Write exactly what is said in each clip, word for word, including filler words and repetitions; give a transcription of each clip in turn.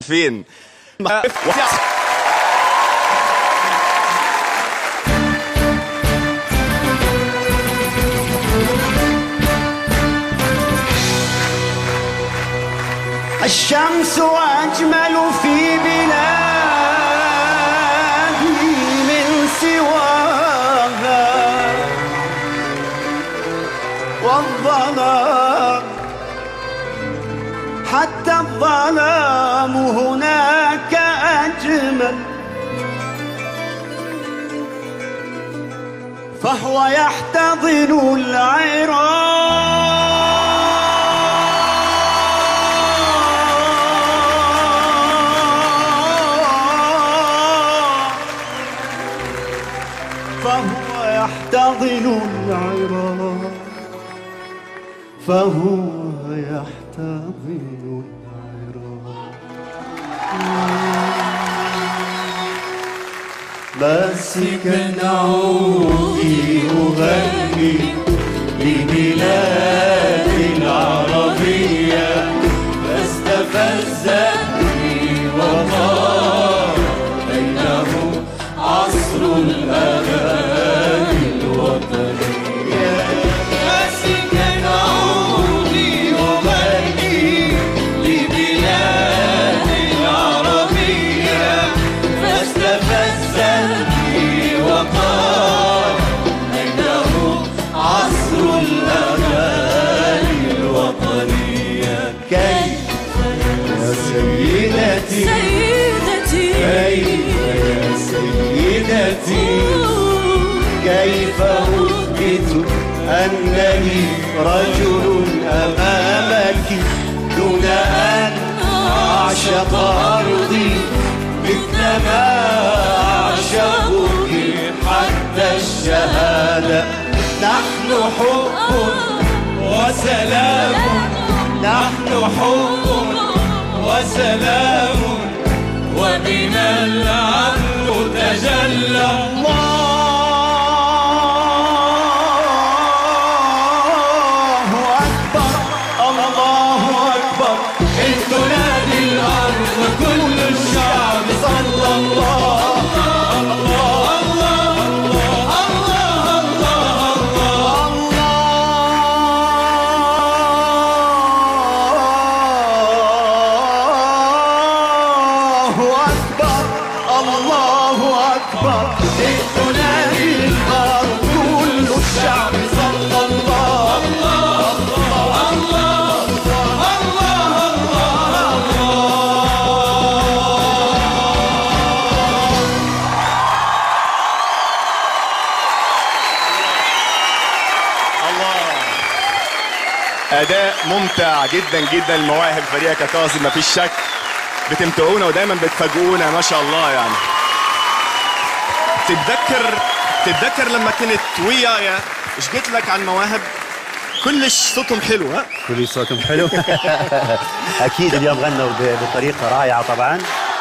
فين. الشمس أجمل في بلادي من سواها، والظلام حتى الظلام هناك أجمل، فهو يحتضن العراق فهو يحتضن العراق فهو يحتضن العراق. ماسكا عودي أغني لبلاد العربية، فاستفزني وطار بينه عصر الأغاني الوطنية. ماسكا عودي أغني لبلاد العربية، فاستفزني وقال إنه عصر الأغاني الوطنية. كيف يا سيدتي سيدتي كيف يا سيدتي كيف أثبت أنني رجل أمامك دون أن أعشق أرضي مثلما أعشقك حتى الشهادة. نحن حب وسلام، نحن حب وسلام، وبنا العدل تجلى. الله أكبر الله أكبر، إذ تنادي الأرض كل الشعب صلى الله الله أكبر، إذ تنادي الأرض كل الشعب صلى الله الله الله الله. أداء ممتع جدا جدا لمواهب فريقك يا كاظم، مفيش شك. بتمتعونا ودايما بتفاجئونا ما شاء الله. يعني تتذكر تتذكر لما كنت ويايا ايش قلت لك عن مواهب كلش صوتهم حلو؟ ها كل صوتهم حلو. اكيد اليوم غنوا بطريقه رائعه طبعا.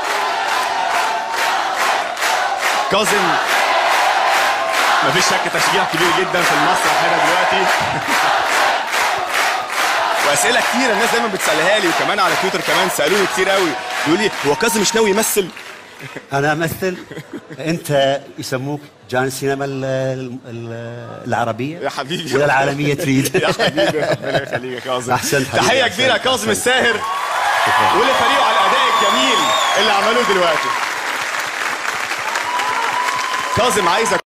كاظم ما فيش شك تشجيع كبير جدا في المسرح هنا دلوقتي. واسئله كتير الناس دايما بتسالها لي، وكمان على تويتر كمان سالوني كتير قوي، بيقولوا لي هو كاظم مش ناوي يمثل؟ انا امثل؟ انت يسموك جان السينما العربيه يا حبيبي ولا العالميه تريد؟ يا حبيبي ربنا يخليك يا كاظم. احسنت حبيبي. تحيه كبيره كاظم الساهر ولفريقه على الاداء الجميل اللي عملوه دلوقتي. كاظم عايزك